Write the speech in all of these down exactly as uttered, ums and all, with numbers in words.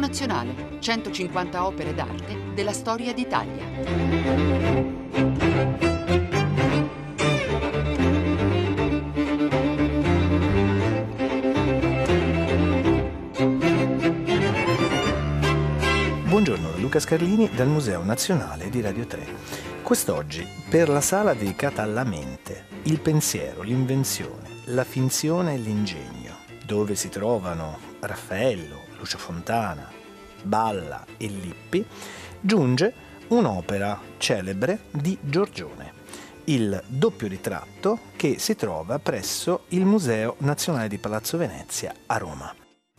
Nazionale, centocinquanta opere d'arte della storia d'Italia. Buongiorno, Luca Scarlini dal Museo Nazionale di Radio tre. Quest'oggi, per la sala dedicata alla mente, il pensiero, l'invenzione, la finzione e l'ingegno, dove si trovano Raffaello, Lucio Fontana, Balla e Lippi, giunge un'opera celebre di Giorgione, il doppio ritratto che si trova presso il Museo Nazionale di Palazzo Venezia a Roma.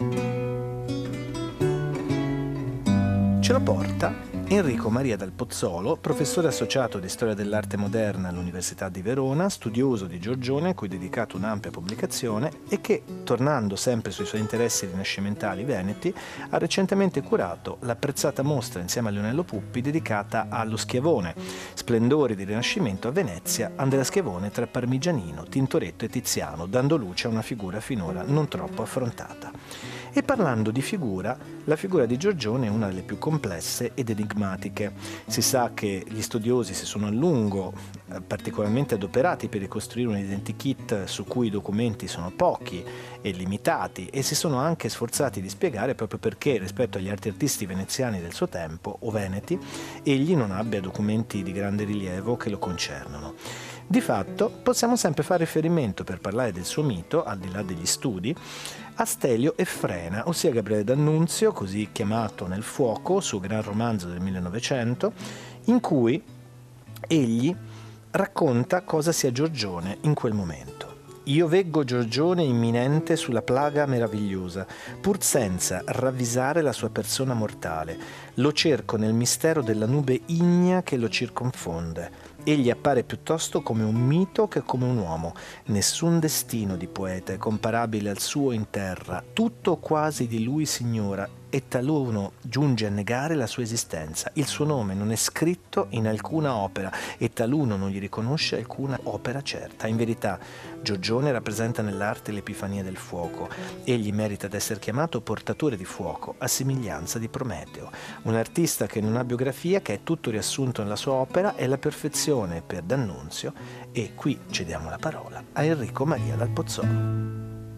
Ce lo porta Enrico Maria Dal Pozzolo, professore associato di storia dell'arte moderna all'Università di Verona, studioso di Giorgione a cui ha dedicato un'ampia pubblicazione e che, tornando sempre sui suoi interessi rinascimentali veneti, ha recentemente curato l'apprezzata mostra insieme a Leonello Puppi dedicata allo Schiavone, splendori di Rinascimento a Venezia, Andrea Schiavone tra Parmigianino, Tintoretto e Tiziano, dando luce a una figura finora non troppo affrontata. E parlando di figura, la figura di Giorgione è una delle più complesse ed enigmatiche. Si sa che gli studiosi si sono a lungo eh, particolarmente adoperati per ricostruire un identikit su cui i documenti sono pochi e limitati e si sono anche sforzati di spiegare proprio perché rispetto agli altri artisti veneziani del suo tempo, o veneti, egli non abbia documenti di grande rilievo che lo concernono. Di fatto possiamo sempre fare riferimento, per parlare del suo mito, al di là degli studi, a Stelio e Frena, ossia Gabriele D'Annunzio, così chiamato nel fuoco, suo gran romanzo del millenovecento, in cui egli racconta cosa sia Giorgione in quel momento. Io veggo Giorgione imminente sulla plaga meravigliosa, pur senza ravvisare la sua persona mortale. Lo cerco nel mistero della nube ignea che lo circonfonde. Egli appare piuttosto come un mito che come un uomo. Nessun destino di poeta è comparabile al suo in terra. Tutto quasi di lui signora, e taluno giunge a negare la sua esistenza. Il suo nome non è scritto in alcuna opera e taluno non gli riconosce alcuna opera certa. In verità, Giorgione rappresenta nell'arte l'epifania del fuoco. Egli merita d'essere chiamato portatore di fuoco, a somiglianza di Prometeo. Un artista che non ha biografia, che è tutto riassunto nella sua opera, è la perfezione per D'Annunzio, e qui cediamo la parola a Enrico Maria Dal Pozzolo.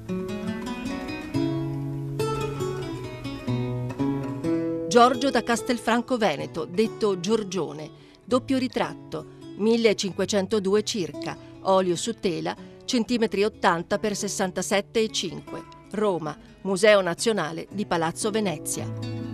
Giorgio da Castelfranco Veneto, detto Giorgione, doppio ritratto, millecinquecentodue circa, olio su tela, centimetri ottanta per sessantasette e cinque, Roma, Museo Nazionale di Palazzo Venezia.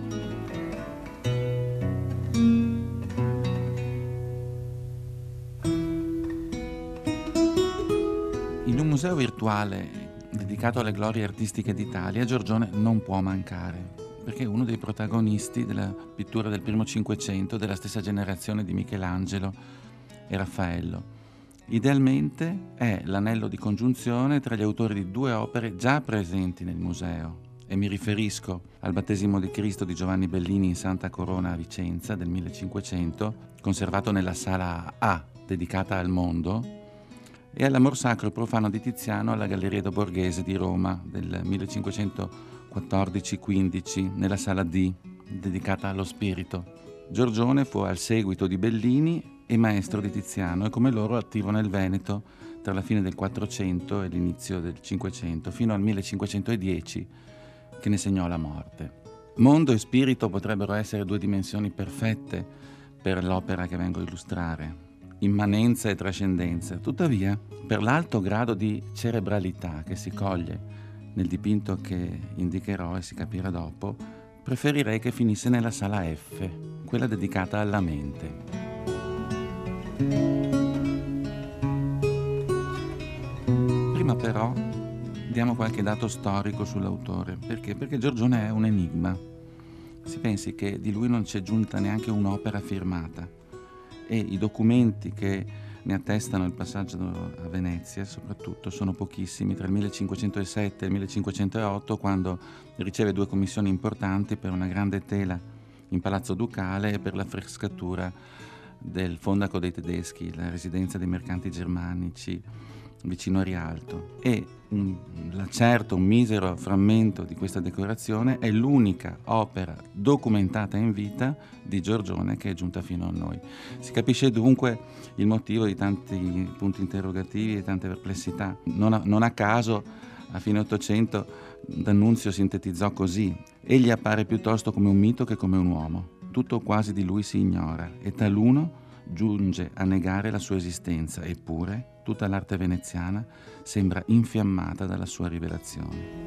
In un museo virtuale dedicato alle glorie artistiche d'Italia, Giorgione non può mancare, perché è uno dei protagonisti della pittura del primo Cinquecento, della stessa generazione di Michelangelo e Raffaello. Idealmente è l'anello di congiunzione tra gli autori di due opere già presenti nel museo, e mi riferisco al Battesimo di Cristo di Giovanni Bellini in Santa Corona a Vicenza del millecinquecento, conservato nella sala A dedicata al mondo, e all'Amor Sacro e Profano di Tiziano alla Galleria do Borghese di Roma del millecinquecentoquattordici quindici nella sala D dedicata allo spirito. Giorgione fu al seguito di Bellini e maestro di Tiziano e come loro attivo nel Veneto tra la fine del Quattrocento e l'inizio del Cinquecento fino al millecinquecentodieci, che ne segnò la morte. Mondo e spirito potrebbero essere due dimensioni perfette per l'opera che vengo a illustrare, immanenza e trascendenza. Tuttavia, per l'alto grado di cerebralità che si coglie nel dipinto che indicherò e si capirà dopo, preferirei che finisse nella sala F, quella dedicata alla mente. Prima però diamo qualche dato storico sull'autore. Perché? Perché Giorgione è un enigma. Si pensi che di lui non c'è giunta neanche un'opera firmata e i documenti che ne attestano il passaggio a Venezia soprattutto sono pochissimi, tra il millecinquecentosette e il millecinquecentootto, quando riceve due commissioni importanti per una grande tela in Palazzo Ducale e per la frescatura del Fondaco dei Tedeschi, la residenza dei mercanti germanici vicino a Rialto, e um, la certo un misero frammento di questa decorazione è l'unica opera documentata in vita di Giorgione che è giunta fino a noi. Si capisce dunque il motivo di tanti punti interrogativi e tante perplessità. Non a, non a caso a fine Ottocento D'Annunzio sintetizzò così: egli appare piuttosto come un mito che come un uomo, tutto quasi di lui si ignora e taluno giunge a negare la sua esistenza, eppure tutta l'arte veneziana sembra infiammata dalla sua rivelazione.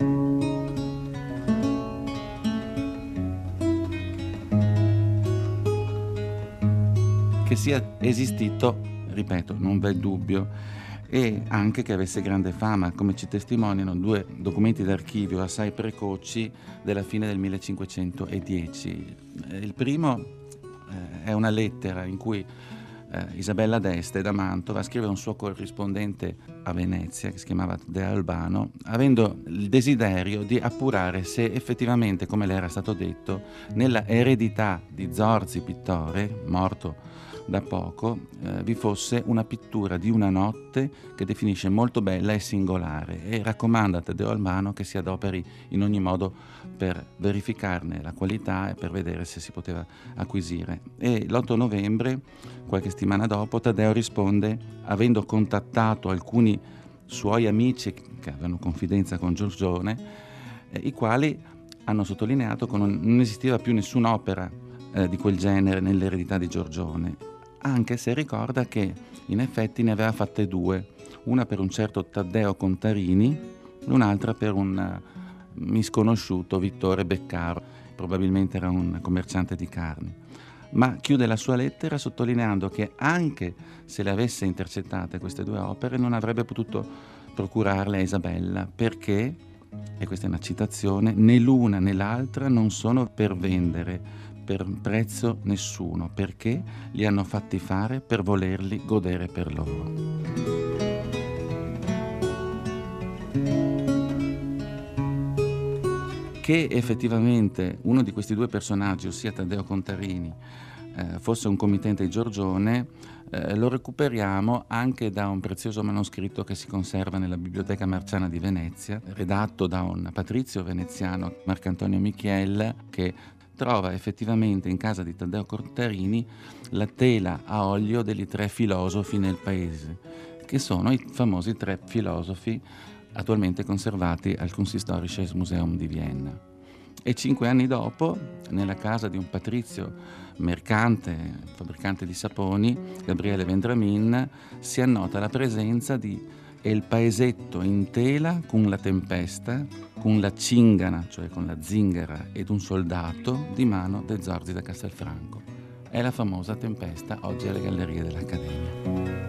Che sia esistito, ripeto, non v'è dubbio, e anche che avesse grande fama, come ci testimoniano due documenti d'archivio assai precoci della fine del millecinquecentodieci. Il primo eh, è una lettera in cui eh, Isabella d'Este da Mantova scrive a un suo corrispondente a Venezia, che si chiamava De Albano, avendo il desiderio di appurare se effettivamente, come le era stato detto, nella eredità di Zorzi, pittore, morto da poco, eh, vi fosse una pittura di una notte che definisce molto bella e singolare, e raccomanda a Taddeo Albano che si adoperi in ogni modo per verificarne la qualità e per vedere se si poteva acquisire. E l'otto novembre, qualche settimana dopo, Taddeo risponde avendo contattato alcuni suoi amici che avevano confidenza con Giorgione, eh, i quali hanno sottolineato che non, non esisteva più nessun'opera eh, di quel genere nell'eredità di Giorgione, anche se ricorda che in effetti ne aveva fatte due, una per un certo Taddeo Contarini, un'altra per un misconosciuto Vittore Beccaro, probabilmente era un commerciante di carni. Ma chiude la sua lettera sottolineando che anche se le avesse intercettate queste due opere non avrebbe potuto procurarle a Isabella, perché, e questa è una citazione, né l'una né l'altra non sono per vendere per prezzo nessuno, perché li hanno fatti fare per volerli godere per loro. Che effettivamente uno di questi due personaggi, ossia Taddeo Contarini, eh, fosse un committente di Giorgione, eh, lo recuperiamo anche da un prezioso manoscritto che si conserva nella Biblioteca Marciana di Venezia, redatto da un patrizio veneziano, Marcantonio Michiel, che trova effettivamente in casa di Taddeo Contarini la tela a olio degli tre filosofi nel paese, che sono i famosi tre filosofi attualmente conservati al Kunsthistorisches Museum di Vienna. E cinque anni dopo, nella casa di un patrizio mercante, fabbricante di saponi, Gabriele Vendramin, si annota la presenza di El paesetto in tela con la tempesta, con la cingana, cioè con la zingara, ed un soldato di mano de Zorzi da Castelfranco. È la famosa tempesta, oggi alle Gallerie dell'Accademia.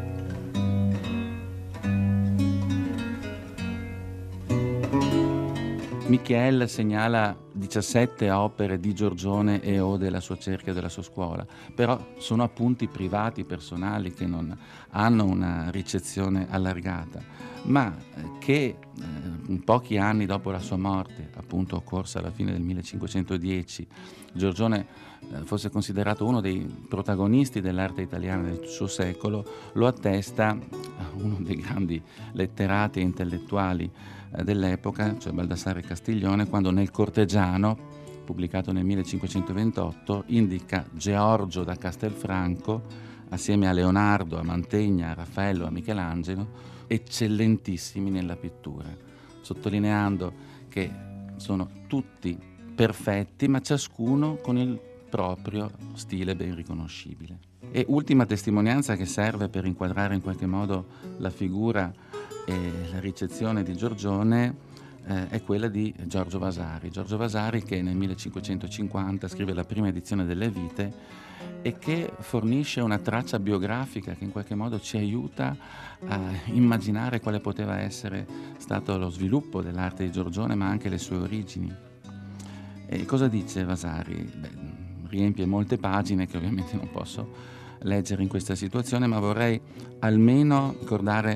Michiel segnala diciassette opere di Giorgione e o della sua cerchia e della sua scuola, però sono appunti privati, personali, che non hanno una ricezione allargata, ma che eh, pochi anni dopo la sua morte, appunto occorsa alla fine del millecinquecentodieci, Giorgione eh, fosse considerato uno dei protagonisti dell'arte italiana del suo secolo, lo attesta uno dei grandi letterati e intellettuali dell'epoca, cioè Baldassare Castiglione, quando nel Cortegiano, pubblicato nel millecinquecentoventotto, indica Georgio da Castelfranco, assieme a Leonardo, a Mantegna, a Raffaello, a Michelangelo, eccellentissimi nella pittura, sottolineando che sono tutti perfetti, ma ciascuno con il proprio stile ben riconoscibile. E ultima testimonianza che serve per inquadrare in qualche modo la figura e la ricezione di Giorgione eh, è quella di Giorgio Vasari. Giorgio Vasari che nel millecinquecentocinquanta scrive la prima edizione delle Vite e che fornisce una traccia biografica che in qualche modo ci aiuta a immaginare quale poteva essere stato lo sviluppo dell'arte di Giorgione, ma anche le sue origini. E cosa dice Vasari? Beh, riempie molte pagine che ovviamente non posso leggere in questa situazione, ma vorrei almeno ricordare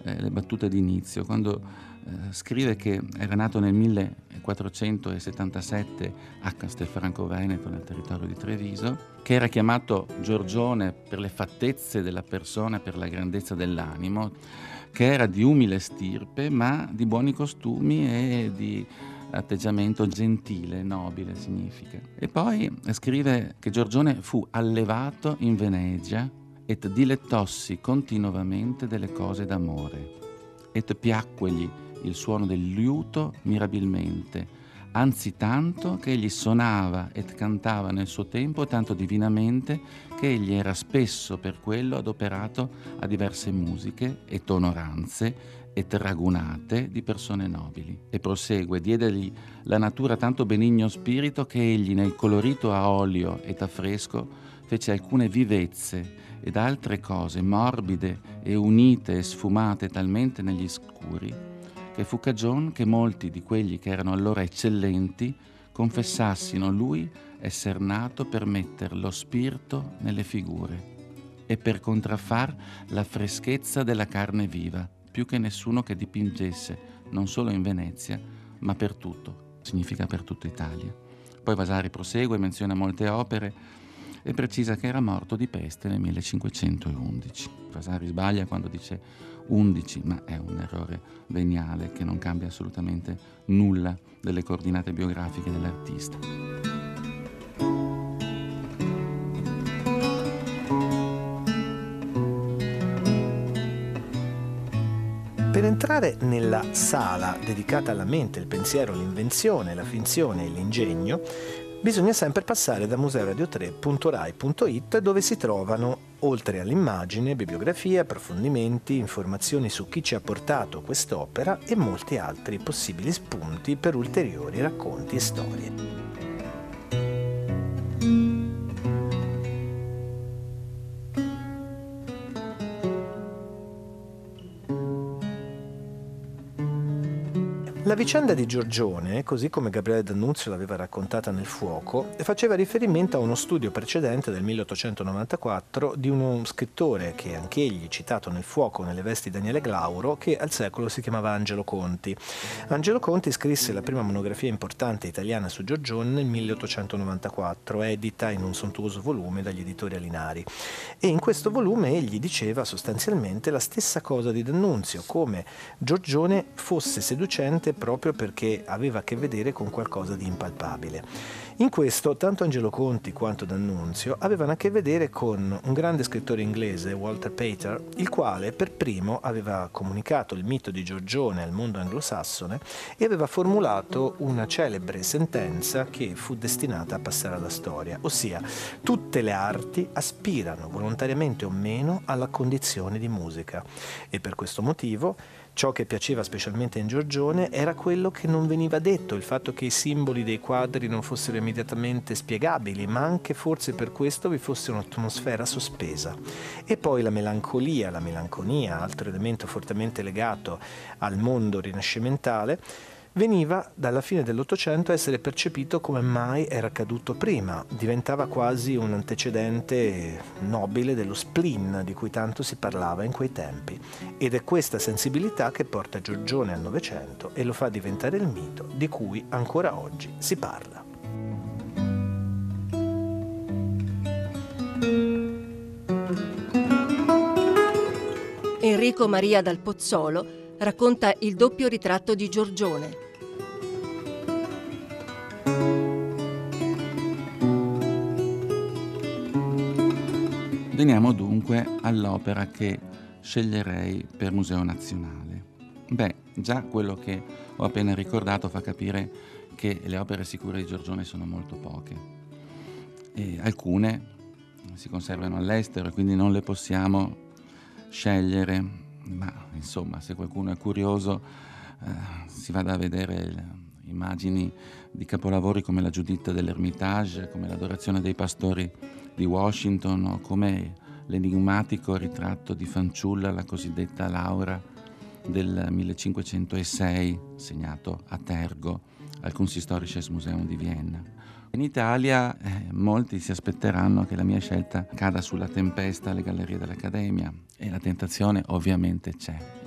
eh, le battute d'inizio, quando eh, scrive che era nato nel millequattrocentosettantasette a Castelfranco Veneto, nel territorio di Treviso, che era chiamato Giorgione per le fattezze della persona, per la grandezza dell'animo, che era di umile stirpe ma di buoni costumi e di atteggiamento gentile, nobile significa. E poi scrive che Giorgione fu allevato in Venezia et dilettossi continuamente delle cose d'amore, et piacquegli il suono del liuto mirabilmente, anzi tanto che egli suonava et cantava nel suo tempo tanto divinamente che egli era spesso per quello adoperato a diverse musiche et onoranze et ragunate di persone nobili. E prosegue: diedegli la natura tanto benigno spirito che egli nel colorito a olio et a fresco fece alcune vivezze ed altre cose morbide e unite e sfumate talmente negli scuri che fu cagion che molti di quelli che erano allora eccellenti confessassino lui esser nato per metter lo spirito nelle figure e per contraffar la freschezza della carne viva, più che nessuno che dipingesse non solo in Venezia, ma per tutto, significa per tutta Italia. Poi Vasari prosegue, menziona molte opere e precisa che era morto di peste nel millecinquecentoundici. Vasari sbaglia quando dice undici, ma è un errore veniale che non cambia assolutamente nulla delle coordinate biografiche dell'artista. Per entrare nella sala dedicata alla mente, il pensiero, l'invenzione, la finzione e l'ingegno, bisogna sempre passare da museo radio tre punto rai punto it, dove si trovano, oltre all'immagine, bibliografie, approfondimenti, informazioni su chi ci ha portato quest'opera e molti altri possibili spunti per ulteriori racconti e storie. La vicenda di Giorgione, così come Gabriele D'Annunzio l'aveva raccontata nel Fuoco, faceva riferimento a uno studio precedente del milleottocentonovantaquattro di uno scrittore che anch'egli citato nel Fuoco nelle vesti di Daniele Glauro, che al secolo si chiamava Angelo Conti. Angelo Conti scrisse la prima monografia importante italiana su Giorgione nel milleottocentonovantaquattro, edita in un sontuoso volume dagli editori Alinari. E in questo volume egli diceva sostanzialmente la stessa cosa di D'Annunzio, come Giorgione fosse seducente proprio perché aveva a che vedere con qualcosa di impalpabile. In questo, tanto Angelo Conti quanto D'Annunzio avevano a che vedere con un grande scrittore inglese, Walter Pater, il quale per primo aveva comunicato il mito di Giorgione al mondo anglosassone e aveva formulato una celebre sentenza che fu destinata a passare alla storia, ossia tutte le arti aspirano, volontariamente o meno, alla condizione di musica. E per questo motivo ciò che piaceva specialmente in Giorgione era quello che non veniva detto, il fatto che i simboli dei quadri non fossero immediatamente spiegabili, ma anche forse per questo vi fosse un'atmosfera sospesa. E poi la melancolia, la melanconia, altro elemento fortemente legato al mondo rinascimentale, veniva dalla fine dell'Ottocento a essere percepito come mai era accaduto prima, diventava quasi un antecedente nobile dello spleen di cui tanto si parlava in quei tempi. Ed è questa sensibilità che porta Giorgione al Novecento e lo fa diventare il mito di cui ancora oggi si parla. Enrico Maria dal Pozzolo racconta il doppio ritratto di Giorgione. Veniamo dunque all'opera che sceglierei per Museo Nazionale. Beh, già quello che ho appena ricordato fa capire che le opere sicure di Giorgione sono molto poche. E alcune si conservano all'estero e quindi non le possiamo scegliere, ma insomma, se qualcuno è curioso eh, si vada a vedere le immagini di capolavori come la Giuditta dell'Ermitage, come l'Adorazione dei Pastori di Washington o come l'enigmatico ritratto di fanciulla, la cosiddetta Laura del millecinquecentosei, segnato a Tergo al Kunsthistorisches Museum di Vienna. In Italia eh, molti si aspetteranno che la mia scelta cada sulla Tempesta alle Gallerie dell'Accademia e la tentazione ovviamente c'è.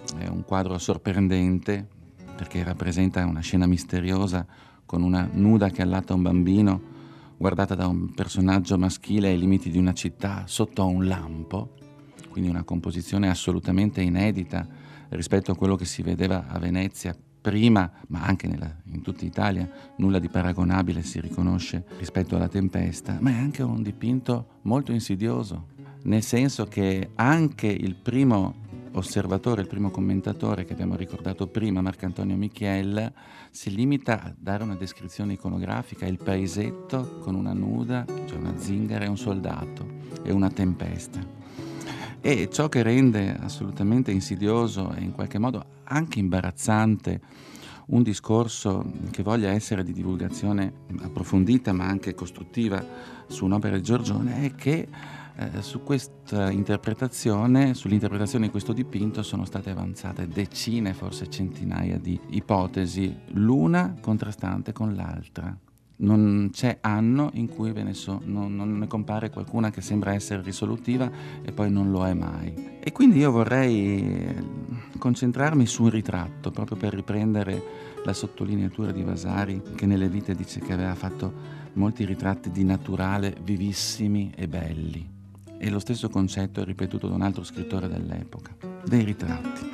È un quadro sorprendente perché rappresenta una scena misteriosa con una nuda che allatta un bambino, guardata da un personaggio maschile ai limiti di una città sotto a un lampo, quindi una composizione assolutamente inedita rispetto a quello che si vedeva a Venezia prima, ma anche nella, in tutta Italia, nulla di paragonabile si riconosce rispetto alla Tempesta, ma è anche un dipinto molto insidioso, nel senso che anche il primo osservatore, il primo commentatore che abbiamo ricordato prima, Marcantonio Michiel, si limita a dare una descrizione iconografica, il paesetto con una nuda, cioè una zingara e un soldato e una tempesta. E ciò che rende assolutamente insidioso e in qualche modo anche imbarazzante un discorso che voglia essere di divulgazione approfondita ma anche costruttiva su un'opera di Giorgione è che Eh, su questa interpretazione, sull'interpretazione di questo dipinto sono state avanzate decine, forse centinaia di ipotesi, l'una contrastante con l'altra. Non c'è anno in cui ve ne, so, non, non ne compare qualcuna che sembra essere risolutiva e poi non lo è mai. E quindi io vorrei concentrarmi su un ritratto, proprio per riprendere la sottolineatura di Vasari, che nelle vite dice che aveva fatto molti ritratti di naturale vivissimi e belli. E lo stesso concetto è ripetuto da un altro scrittore dell'epoca, dei ritratti.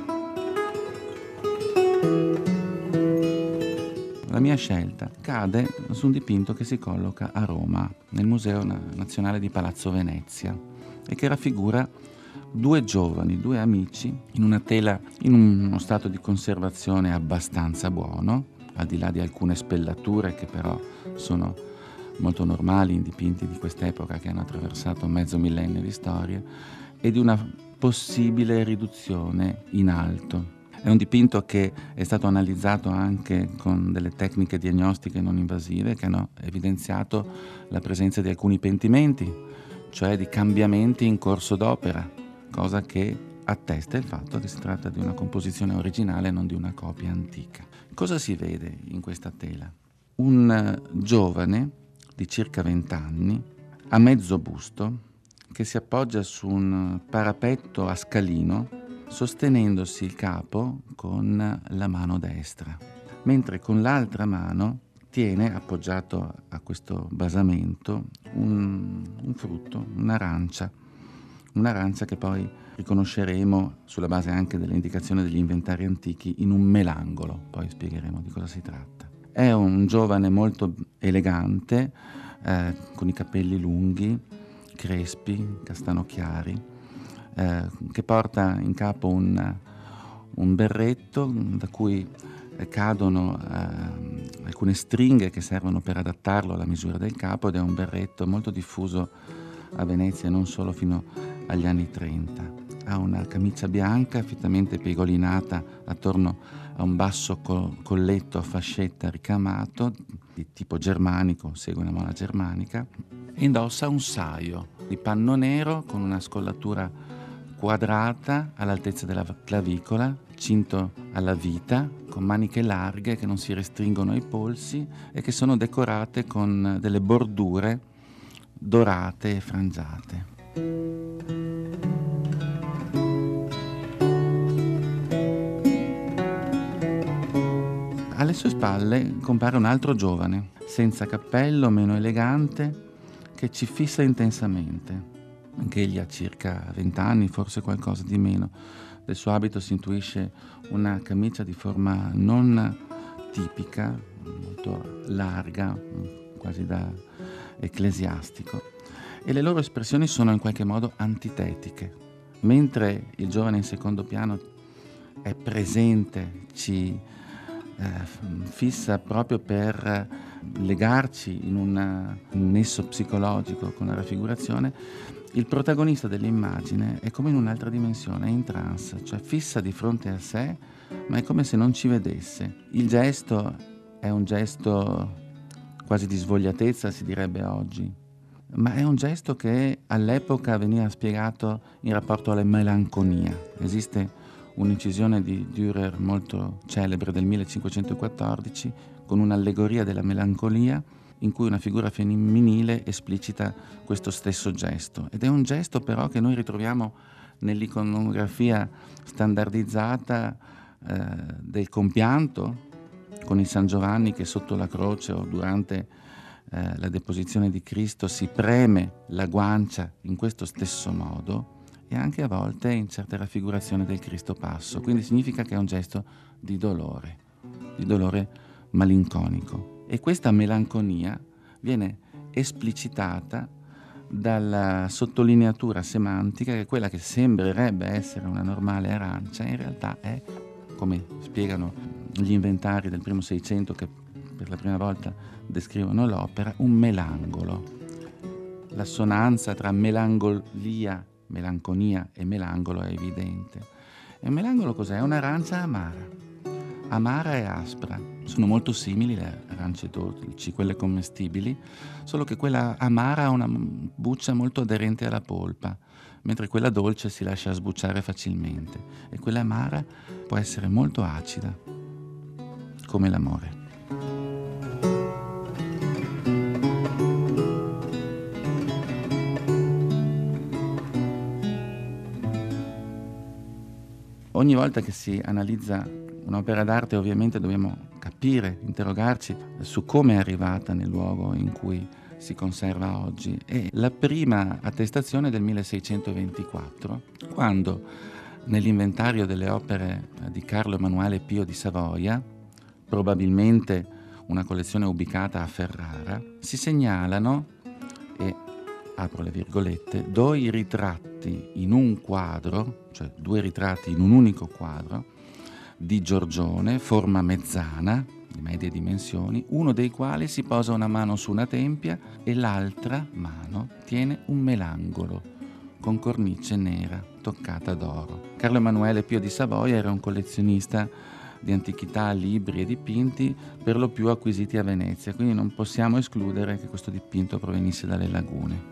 La mia scelta cade su un dipinto che si colloca a Roma, nel Museo Nazionale di Palazzo Venezia, e che raffigura due giovani, due amici, in una tela in uno stato di conservazione abbastanza buono, al di là di alcune spellature che però sono molto normali in dipinti di quest'epoca che hanno attraversato mezzo millennio di storia, e di una possibile riduzione in alto. È un dipinto che è stato analizzato anche con delle tecniche diagnostiche non invasive che hanno evidenziato la presenza di alcuni pentimenti, cioè di cambiamenti in corso d'opera, cosa che attesta il fatto che si tratta di una composizione originale e non di una copia antica. Cosa si vede in questa tela? Un giovane di circa vent'anni, a mezzo busto, che si appoggia su un parapetto a scalino, sostenendosi il capo con la mano destra, mentre con l'altra mano tiene, appoggiato a questo basamento, un, un frutto, un'arancia, un'arancia che poi riconosceremo, sulla base anche delle indicazioni degli inventari antichi, in un melangolo. Poi spiegheremo di cosa si tratta. È un giovane molto elegante, eh, con i capelli lunghi, crespi, castano chiari, eh, che porta in capo un, un berretto da cui cadono eh, alcune stringhe che servono per adattarlo alla misura del capo, ed è un berretto molto diffuso a Venezia non solo fino agli anni trenta. Ha una camicia bianca fittamente pegolinata attorno a un basso co- colletto a fascetta ricamato di tipo germanico, segue una moda germanica, e indossa un saio di panno nero con una scollatura quadrata all'altezza della clavicola, cinto alla vita, con maniche larghe che non si restringono ai polsi e che sono decorate con delle bordure dorate e frangiate. Alle sue spalle compare un altro giovane, senza cappello, meno elegante, che ci fissa intensamente. Anche egli ha circa vent'anni, forse qualcosa di meno. Del suo abito si intuisce una camicia di forma non tipica, molto larga, quasi da ecclesiastico, e le loro espressioni sono in qualche modo antitetiche. Mentre il giovane in secondo piano è presente, ci eh, fissa proprio per legarci in un nesso psicologico con la raffigurazione, il protagonista dell'immagine è come in un'altra dimensione, è in trance, cioè fissa di fronte a sé, ma è come se non ci vedesse. Il gesto è un gesto quasi di svogliatezza, si direbbe oggi, ma è un gesto che all'epoca veniva spiegato in rapporto alla melanconia. Esiste un'incisione di Dürer molto celebre del millecinquecentoquattordici con un'allegoria della melancolia in cui una figura femminile esplicita questo stesso gesto, ed è un gesto però che noi ritroviamo nell'iconografia standardizzata eh, del compianto, con il San Giovanni che sotto la croce o durante eh, la deposizione di Cristo si preme la guancia in questo stesso modo, e anche a volte in certe raffigurazioni del Cristo Passo. Quindi significa che è un gesto di dolore, di dolore malinconico. E questa melanconia viene esplicitata dalla sottolineatura semantica, che è quella che sembrerebbe essere una normale arancia, in realtà è, come spiegano gli inventari del primo Seicento che per la prima volta descrivono l'opera, un melangolo. L'assonanza tra melancolia, melanconia e melangolo è evidente. E un melangolo cos'è? È un'arancia amara. Amara e aspra. Sono molto simili le arance dolci, quelle commestibili, solo che quella amara ha una buccia molto aderente alla polpa, mentre quella dolce si lascia sbucciare facilmente, e quella amara può essere molto acida, come l'amore. Ogni volta che si analizza un'opera d'arte ovviamente dobbiamo capire, interrogarci su come è arrivata nel luogo in cui si conserva oggi. E la prima attestazione è del milleseicentoventiquattro, quando nell'inventario delle opere di Carlo Emanuele Pio di Savoia, probabilmente una collezione ubicata a Ferrara, si segnalano, e apro le virgolette, due ritratti in un quadro, cioè due ritratti in un unico quadro, di Giorgione, forma mezzana, di medie dimensioni, uno dei quali si posa una mano su una tempia e l'altra mano tiene un melangolo con cornice nera toccata d'oro. Carlo Emanuele Pio di Savoia era un collezionista di antichità, libri e dipinti per lo più acquisiti a Venezia, quindi non possiamo escludere che questo dipinto provenisse dalle lagune.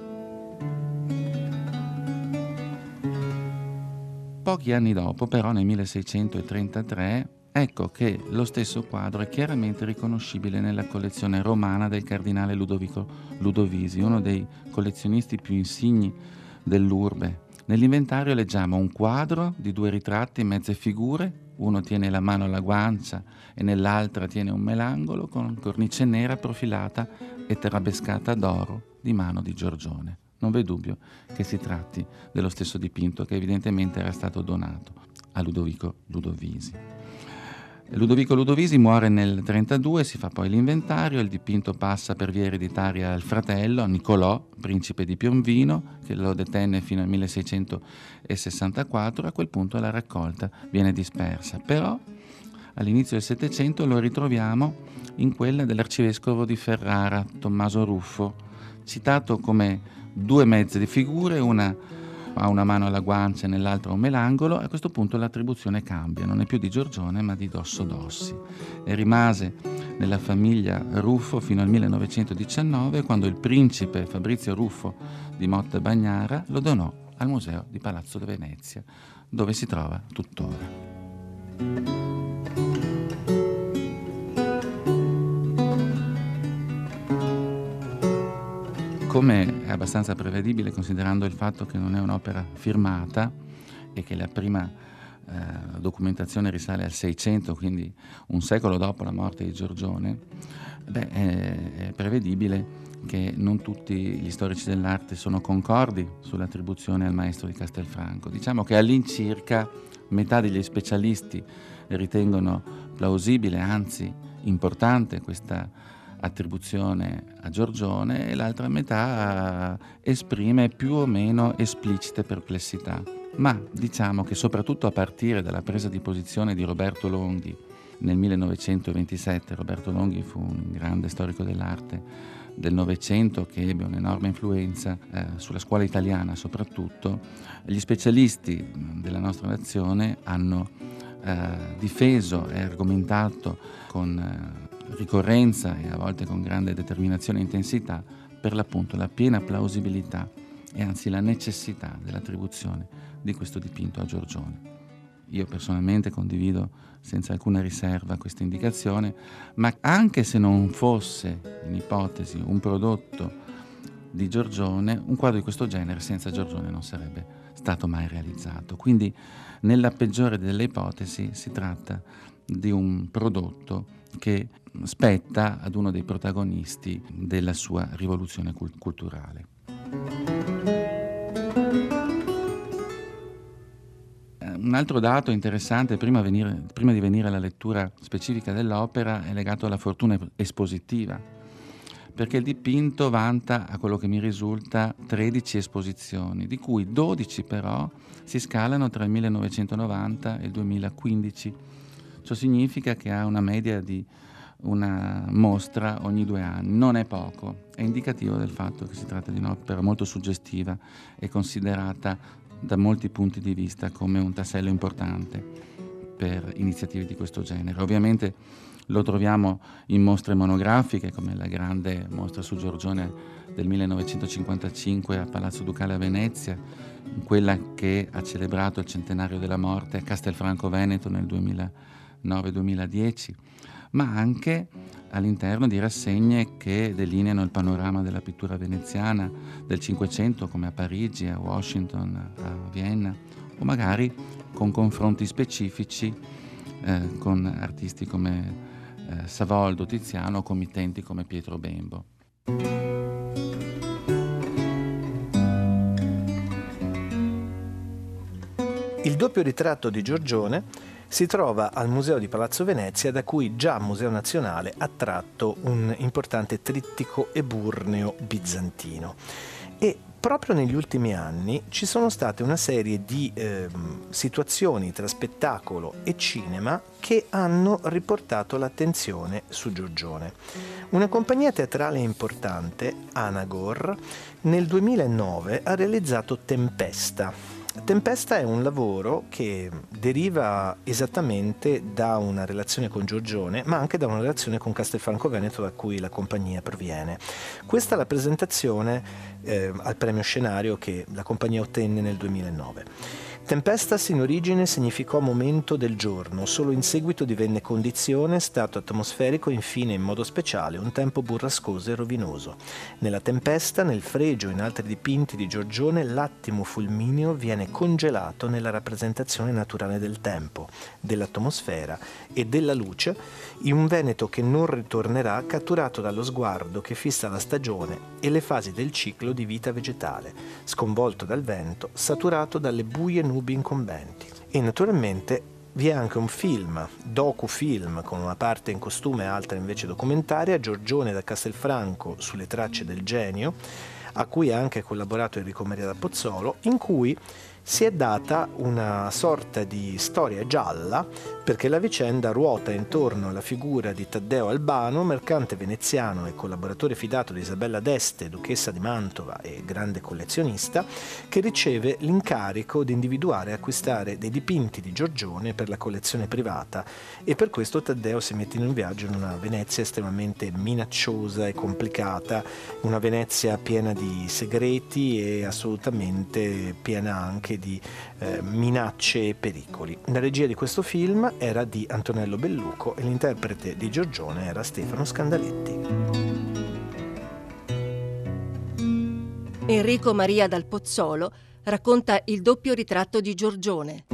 Pochi anni dopo, però, nel milleseicentotrentatré, ecco che lo stesso quadro è chiaramente riconoscibile nella collezione romana del cardinale Ludovico Ludovisi, uno dei collezionisti più insigni dell'urbe. Nell'inventario leggiamo un quadro di due ritratti, mezze figure, uno tiene la mano alla guancia e nell'altra tiene un melangolo con cornice nera profilata e trabescata d'oro di mano di Giorgione. Non v'è dubbio che si tratti dello stesso dipinto che evidentemente era stato donato a Ludovico Ludovisi. Ludovico Ludovisi muore nel trentadue, si fa poi l'inventario, il dipinto passa per via ereditaria al fratello, Niccolò, principe di Piombino, che lo detenne fino al milleseicentosessantaquattro. A quel punto la raccolta viene dispersa, però all'inizio del Settecento lo ritroviamo in quella dell'arcivescovo di Ferrara, Tommaso Ruffo, citato come due mezze di figure, una ha una mano alla guancia e nell'altra un melangolo. A questo punto l'attribuzione cambia, non è più di Giorgione ma di Dosso Dossi, e rimase nella famiglia Ruffo fino al millenovecentodiciannove, quando il principe Fabrizio Ruffo di Motta Bagnara lo donò al Museo di Palazzo di Venezia, dove si trova tuttora. Come è abbastanza prevedibile, considerando il fatto che non è un'opera firmata e che la prima eh, documentazione risale al Seicento, quindi un secolo dopo la morte di Giorgione, beh, è, è prevedibile che non tutti gli storici dell'arte sono concordi sull'attribuzione al maestro di Castelfranco. Diciamo che all'incirca metà degli specialisti ritengono plausibile, anzi importante, questa attribuzione a Giorgione, e l'altra metà esprime più o meno esplicite perplessità. Ma diciamo che soprattutto a partire dalla presa di posizione di Roberto Longhi nel millenovecentoventisette, Roberto Longhi fu un grande storico dell'arte del Novecento che ebbe un'enorme influenza eh, sulla scuola italiana soprattutto, gli specialisti della nostra nazione hanno eh, difeso e argomentato con eh, ricorrenza e a volte con grande determinazione e intensità per l'appunto la piena plausibilità e anzi la necessità dell'attribuzione di questo dipinto a Giorgione. Io personalmente condivido senza alcuna riserva questa indicazione, ma anche se non fosse in ipotesi un prodotto di Giorgione, un quadro di questo genere senza Giorgione non sarebbe stato mai realizzato. Quindi nella peggiore delle ipotesi si tratta di un prodotto che spetta ad uno dei protagonisti della sua rivoluzione cult- culturale. Un altro dato interessante prima, venire, prima di venire alla lettura specifica dell'opera è legato alla fortuna espositiva, perché il dipinto vanta, a quello che mi risulta, tredici esposizioni, di cui dodici però si scalano tra il millenovecentonovanta e il duemilaquindici. Ciò significa che ha una media di una mostra ogni due anni. Non è poco, è indicativo del fatto che si tratta di un'opera molto suggestiva e considerata da molti punti di vista come un tassello importante per iniziative di questo genere. Ovviamente lo troviamo in mostre monografiche come la grande mostra su Giorgione del millenovecentocinquantacinque a Palazzo Ducale a Venezia, quella che ha celebrato il centenario della morte a Castelfranco Veneto nel duemilanove duemiladieci, ma anche all'interno di rassegne che delineano il panorama della pittura veneziana del Cinquecento, come a Parigi, a Washington, a Vienna, o magari con confronti specifici eh, con artisti come eh, Savoldo, Tiziano, o committenti come Pietro Bembo. Il doppio ritratto di Giorgione si trova al Museo di Palazzo Venezia, da cui già Museo Nazionale ha tratto un importante trittico eburneo bizantino. E proprio negli ultimi anni ci sono state una serie di eh, situazioni tra spettacolo e cinema che hanno riportato l'attenzione su Giorgione. Una compagnia teatrale importante, Anagor, nel duemilanove ha realizzato Tempesta. Tempesta è un lavoro che deriva esattamente da una relazione con Giorgione, ma anche da una relazione con Castelfranco Veneto, da cui la compagnia proviene. Questa è la presentazione eh, al premio scenario che la compagnia ottenne nel duemilanove. Tempestas in origine significò momento del giorno, solo in seguito divenne condizione, stato atmosferico e infine in modo speciale un tempo burrascoso e rovinoso. Nella tempesta, nel fregio e in altri dipinti di Giorgione l'attimo fulmineo viene congelato nella rappresentazione naturale del tempo, dell'atmosfera e della luce, in un Veneto che non ritornerà, catturato dallo sguardo che fissa la stagione e le fasi del ciclo di vita vegetale, sconvolto dal vento, saturato dalle buie nubi incombenti. E naturalmente vi è anche un film, docufilm, con una parte in costume e altra invece documentaria, Giorgione da Castelfranco sulle tracce del genio, a cui ha anche collaborato Enrico Maria da Pozzolo, in cui si è data una sorta di storia gialla, perché la vicenda ruota intorno alla figura di Taddeo Albano, mercante veneziano e collaboratore fidato di Isabella d'Este, duchessa di Mantova e grande collezionista, che riceve l'incarico di individuare e acquistare dei dipinti di Giorgione per la collezione privata, e per questo Taddeo si mette in un viaggio in una Venezia estremamente minacciosa e complicata, una Venezia piena di segreti e assolutamente piena anche di eh, minacce e pericoli. La regia di questo film era di Antonello Belluco e l'interprete di Giorgione era Stefano Scandaletti. Enrico Maria dal Pozzolo racconta il doppio ritratto di Giorgione.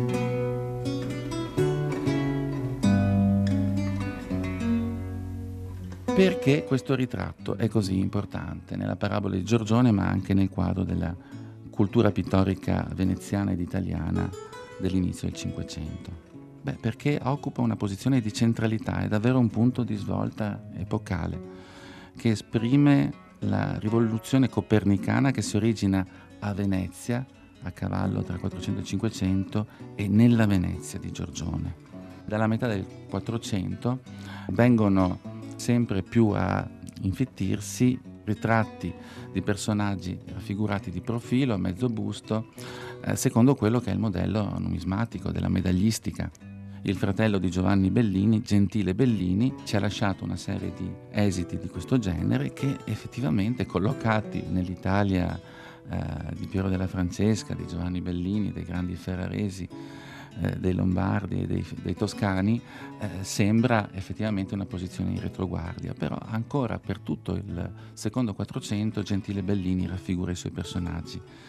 Perché questo ritratto è così importante nella parabola di Giorgione, ma anche nel quadro della cultura pittorica veneziana ed italiana dell'inizio del Cinquecento? Beh, perché occupa una posizione di centralità, è davvero un punto di svolta epocale che esprime la rivoluzione copernicana che si origina a Venezia, a cavallo tra quattrocento e cinquecento, e nella Venezia di Giorgione. Dalla metà del Quattrocento vengono sempre più a infittirsi ritratti di personaggi raffigurati di profilo, a mezzo busto, eh, secondo quello che è il modello numismatico della medagliistica. Il fratello di Giovanni Bellini, Gentile Bellini, ci ha lasciato una serie di esiti di questo genere che effettivamente, collocati nell'Italia eh, di Piero della Francesca, di Giovanni Bellini, dei grandi ferraresi, eh, dei Lombardi e dei, dei Toscani, eh, sembra effettivamente una posizione in retroguardia, però ancora per tutto il secondo Quattrocento Gentile Bellini raffigura i suoi personaggi.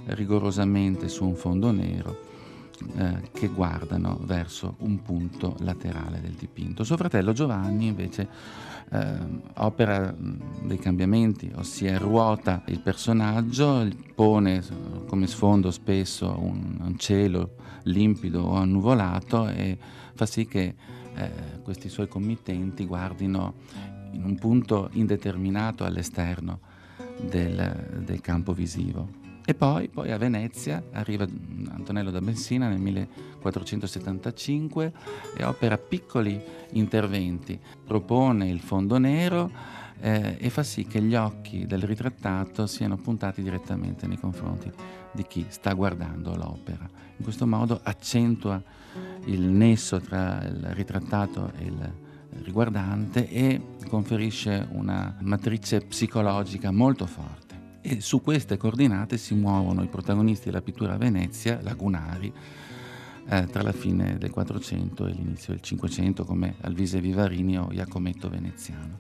rigorosamente su un fondo nero, eh, che guardano verso un punto laterale del dipinto. Suo fratello Giovanni invece eh, opera dei cambiamenti, ossia ruota il personaggio, pone come sfondo spesso un, un cielo limpido o annuvolato e fa sì che eh, questi suoi committenti guardino in un punto indeterminato all'esterno del, del campo visivo. E poi, poi a Venezia arriva Antonello da Messina nel millequattrocentosettantacinque e opera piccoli interventi, propone il fondo nero eh, e fa sì che gli occhi del ritrattato siano puntati direttamente nei confronti di chi sta guardando l'opera. In questo modo accentua il nesso tra il ritrattato e il riguardante e conferisce una matrice psicologica molto forte. E su queste coordinate si muovono i protagonisti della pittura a Venezia, lagunari, eh, tra la fine del Quattrocento e l'inizio del Cinquecento, come Alvise Vivarini o Iacometto Veneziano.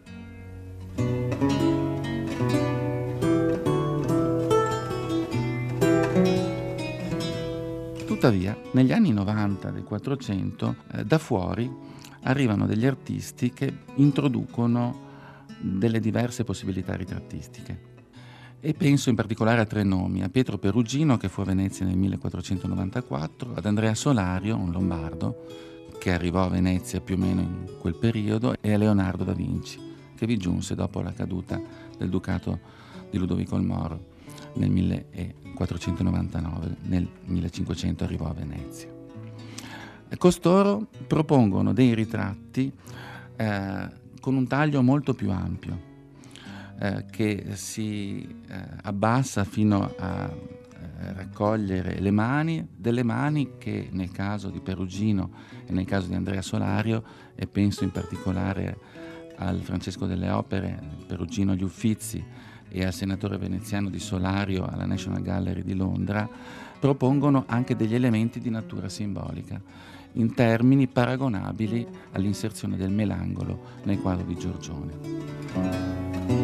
Tuttavia, negli anni novanta del Quattrocento, eh, da fuori arrivano degli artisti che introducono delle diverse possibilità ritrattistiche. E penso in particolare a tre nomi: a Pietro Perugino, che fu a Venezia nel millequattrocentonovantaquattro, ad Andrea Solario, un lombardo, che arrivò a Venezia più o meno in quel periodo, e a Leonardo da Vinci, che vi giunse dopo la caduta del ducato di Ludovico il Moro nel millequattrocentonovantanove. Nel millecinquecento arrivò a Venezia. Costoro propongono dei ritratti eh, con un taglio molto più ampio, Eh, che si eh, abbassa fino a eh, raccogliere le mani, delle mani che nel caso di Perugino e nel caso di Andrea Solario, e penso in particolare al Francesco delle Opere, Perugino agli Uffizi, e al senatore veneziano di Solario alla National Gallery di Londra, propongono anche degli elementi di natura simbolica, in termini paragonabili all'inserzione del melangolo nel quadro di Giorgione.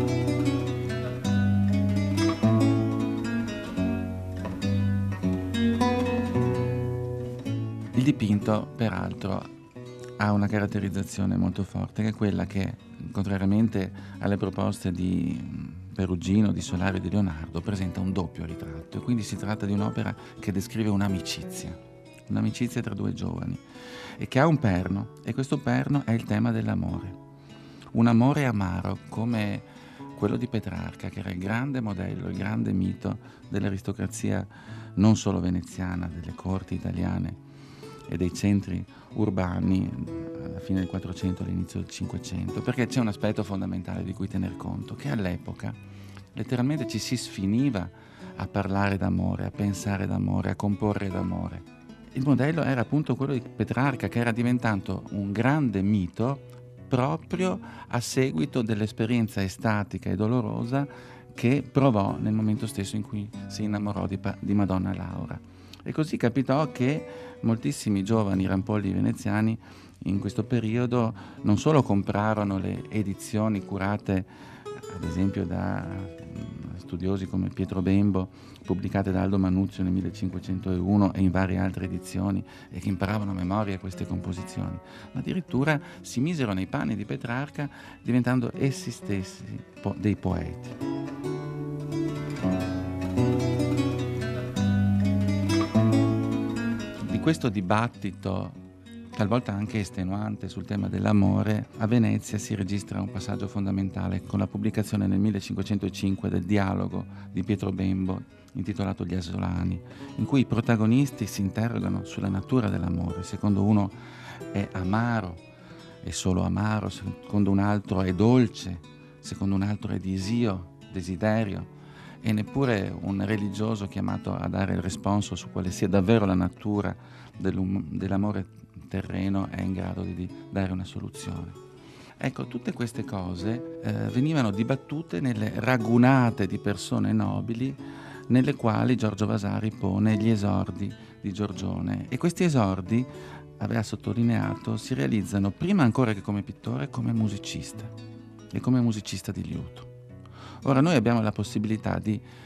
Il dipinto, peraltro, ha una caratterizzazione molto forte, che è quella che, contrariamente alle proposte di Perugino, di Solario e di Leonardo, presenta un doppio ritratto, e quindi si tratta di un'opera che descrive un'amicizia, un'amicizia tra due giovani, e che ha un perno, e questo perno è il tema dell'amore. Un amore amaro, come quello di Petrarca, che era il grande modello, il grande mito dell'aristocrazia non solo veneziana, delle corti italiane e dei centri urbani alla fine del Quattrocento e all'inizio del Cinquecento, perché c'è un aspetto fondamentale di cui tener conto, che all'epoca letteralmente ci si sfiniva a parlare d'amore, a pensare d'amore, a comporre d'amore. Il modello era appunto quello di Petrarca, che era diventato un grande mito proprio a seguito dell'esperienza estatica e dolorosa che provò nel momento stesso in cui si innamorò di, di Madonna Laura. E così capitò che moltissimi giovani rampolli veneziani in questo periodo non solo comprarono le edizioni curate ad esempio da studiosi come Pietro Bembo, pubblicate da Aldo Manuzio nel millecinquecentouno e in varie altre edizioni, e che imparavano a memoria queste composizioni, ma addirittura si misero nei panni di Petrarca, diventando essi stessi po- dei poeti. Di questo dibattito, talvolta anche estenuante, sul tema dell'amore, a Venezia si registra un passaggio fondamentale con la pubblicazione nel millecinquecentocinque del dialogo di Pietro Bembo intitolato Gli Asolani, in cui i protagonisti si interrogano sulla natura dell'amore. Secondo uno è amaro, è solo amaro; secondo un altro è dolce; secondo un altro è disio, desiderio. E neppure un religioso chiamato a dare il responso su quale sia davvero la natura dell'amore terreno è in grado di, di dare una soluzione. Ecco, tutte queste cose eh, venivano dibattute nelle ragunate di persone nobili nelle quali Giorgio Vasari pone gli esordi di Giorgione, e questi esordi, aveva sottolineato, si realizzano prima ancora che come pittore, come musicista, e come musicista di liuto. Ora noi abbiamo la possibilità di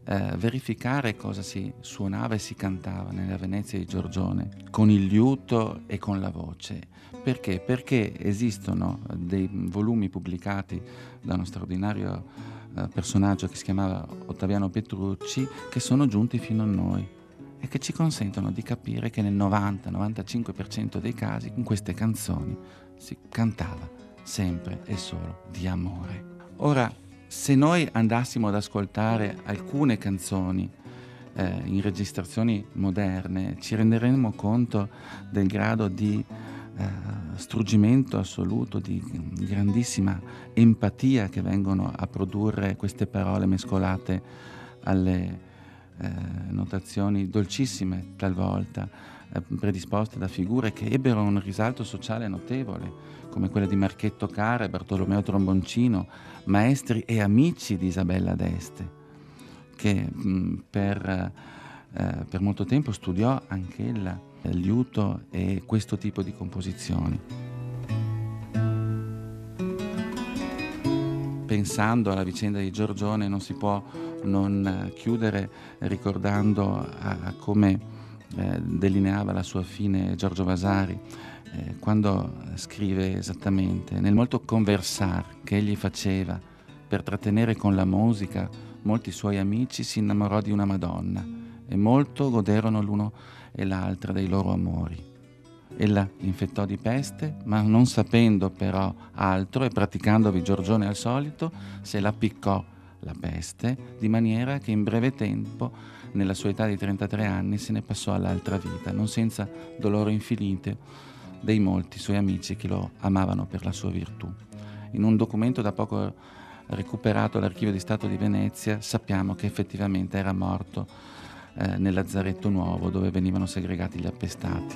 eh, verificare cosa si suonava e si cantava nella Venezia di Giorgione con il liuto e con la voce. Perché? Perché esistono dei volumi pubblicati da uno straordinario eh, personaggio che si chiamava Ottaviano Petrucci, che sono giunti fino a noi e che ci consentono di capire che nel novanta novantacinque per cento dei casi in queste canzoni si cantava sempre e solo di amore. Ora, se noi andassimo ad ascoltare alcune canzoni eh, in registrazioni moderne, ci renderemmo conto del grado di eh, struggimento assoluto, di grandissima empatia che vengono a produrre queste parole mescolate alle eh, notazioni dolcissime talvolta, eh, predisposte da figure che ebbero un risalto sociale notevole, come quella di Marchetto Cara e Bartolomeo Tromboncino, maestri e amici di Isabella d'Este, che mh, per, eh, per molto tempo studiò anch'ella il liuto e questo tipo di composizioni. Pensando alla vicenda di Giorgione non si può non chiudere ricordando a, a come eh, delineava la sua fine Giorgio Vasari, Eh, quando scrive esattamente: nel molto conversar che egli faceva per trattenere con la musica molti suoi amici, si innamorò di una Madonna e molto goderono l'uno e l'altra dei loro amori. Ella infettò di peste, ma non sapendo però altro e praticandovi Giorgione al solito, se la piccò la peste, di maniera che in breve tempo, nella sua età di trentatré anni, se ne passò all'altra vita, non senza dolore infinite dei molti suoi amici che lo amavano per la sua virtù. In un documento da poco recuperato all'Archivio di Stato di Venezia sappiamo che effettivamente era morto eh, nel Lazzaretto Nuovo, dove venivano segregati gli appestati.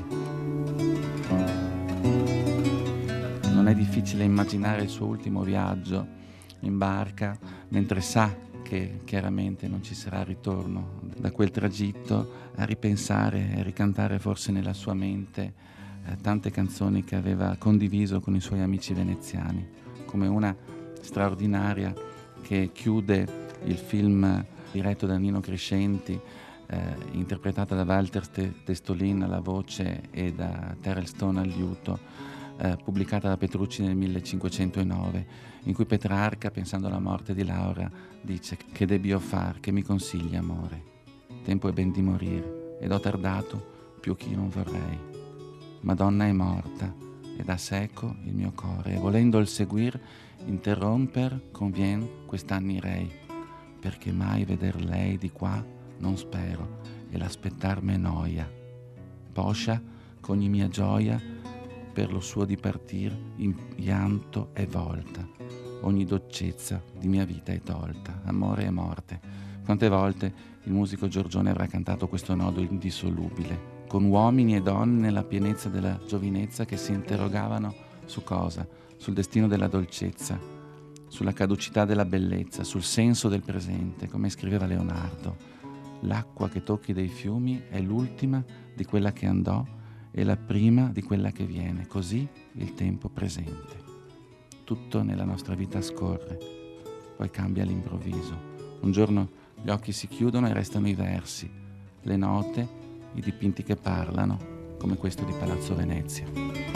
Non è difficile immaginare il suo ultimo viaggio in barca, mentre sa che chiaramente non ci sarà ritorno da quel tragitto, a ripensare e ricantare forse nella sua mente tante canzoni che aveva condiviso con i suoi amici veneziani, come una straordinaria che chiude il film diretto da Nino Crescenti, eh, interpretata da Walter Testolin alla voce e da Terrell Stone al liuto, eh, pubblicata da Petrucci nel millecinquecentonove, in cui Petrarca, pensando alla morte di Laura, dice: «Che debbio far, che mi consigli, amore? Tempo è ben di morire, ed ho tardato più che io non vorrei. Madonna è morta, ed ha seco il mio core, e volendo il seguir, interromper, convien quest'anni rei, perché mai veder lei di qua non spero, e l'aspettar me noia. Poscia, c'ogni mia gioia, per lo suo dipartir, in pianto è volta, ogni dolcezza di mia vita è tolta, amore e morte». Quante volte il musico Giorgione avrà cantato questo nodo indissolubile, con uomini e donne nella pienezza della giovinezza che si interrogavano su cosa? Sul destino della dolcezza, sulla caducità della bellezza, sul senso del presente, come scriveva Leonardo. L'acqua che tocchi dei fiumi è l'ultima di quella che andò e la prima di quella che viene, così il tempo presente. Tutto nella nostra vita scorre, poi cambia all'improvviso. Un giorno gli occhi si chiudono e restano i versi, le note, i dipinti che parlano, come questo di Palazzo Venezia.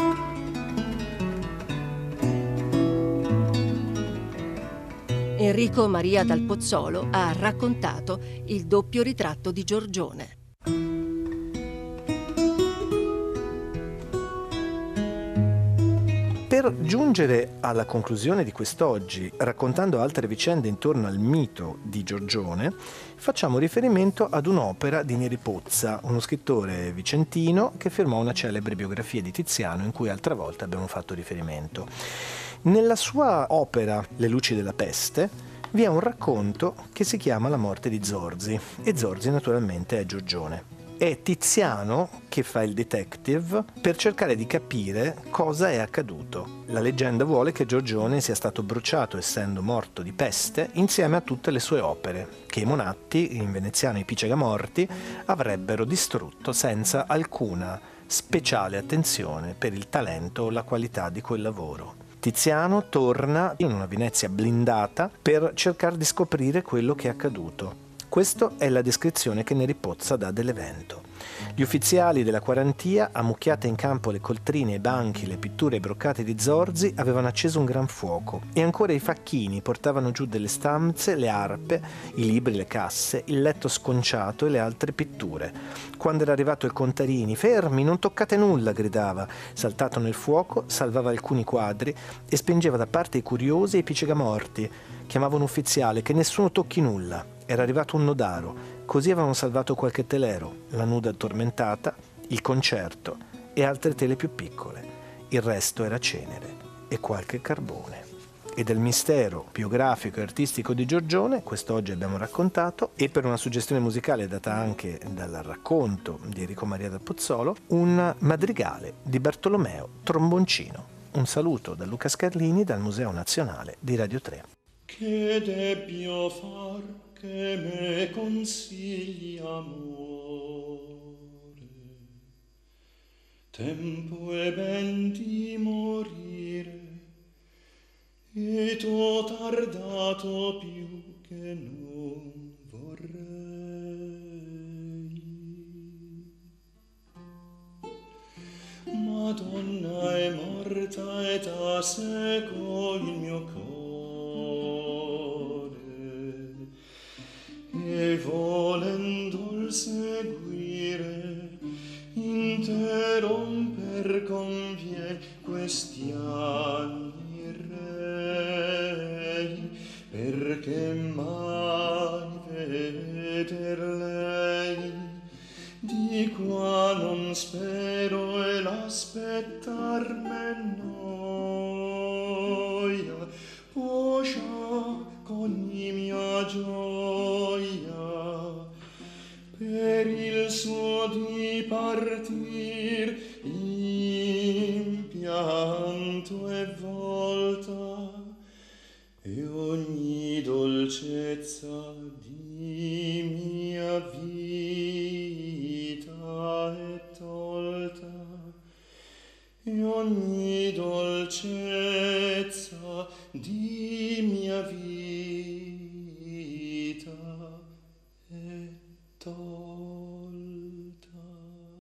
Enrico Maria dal Pozzolo ha raccontato il doppio ritratto di Giorgione. Per giungere alla conclusione di quest'oggi, raccontando altre vicende intorno al mito di Giorgione, facciamo riferimento ad un'opera di Neri Pozza, uno scrittore vicentino che firmò una celebre biografia di Tiziano in cui altre volte abbiamo fatto riferimento. Nella sua opera Le luci della peste vi è un racconto che si chiama La morte di Zorzi, e Zorzi naturalmente è Giorgione. È Tiziano che fa il detective per cercare di capire cosa è accaduto. La leggenda vuole che Giorgione sia stato bruciato, essendo morto di peste, insieme a tutte le sue opere, che i Monatti, in veneziano i Picegamorti, avrebbero distrutto senza alcuna speciale attenzione per il talento o la qualità di quel lavoro. Tiziano torna in una Venezia blindata per cercare di scoprire quello che è accaduto. Questa è la descrizione che Neri Pozza dà dell'evento. Gli ufficiali della quarantia, ammucchiate in campo le coltrine, i banchi, le pitture e i broccati di Zorzi, avevano acceso un gran fuoco e ancora i facchini portavano giù delle stanze, le arpe, i libri, le casse, il letto sconciato e le altre pitture. Quando era arrivato il Contarini, «Fermi, non toccate nulla!» gridava, saltato nel fuoco, salvava alcuni quadri e spingeva da parte i curiosi e i piccigamorti. Chiamava un ufficiale, «Che nessuno tocchi nulla!» Era arrivato un nodaro. Così avevano salvato qualche telero, la nuda addormentata, il concerto e altre tele più piccole. Il resto era cenere e qualche carbone. E del mistero biografico e artistico di Giorgione, quest'oggi abbiamo raccontato, e per una suggestione musicale data anche dal racconto di Enrico Maria dal Pozzolo, un madrigale di Bartolomeo Tromboncino. Un saluto da Luca Scarlini dal Museo Nazionale di Radio tre. Che debbio far che me consigli amore? Tempo è ben di morire, ed ho tardato più che non vorrei. Madonna è morta e da seco il mio cuore, e volendol seguire interromper convien questi anni rei, perché mai veder lei di qua non spero e l'aspettar me noia, poscia ogni mia gioia per il suo dipartir in pianto e volta, e ogni dolcezza di mia vita è tolta, e ogni dolcezza di mia vita è tolta.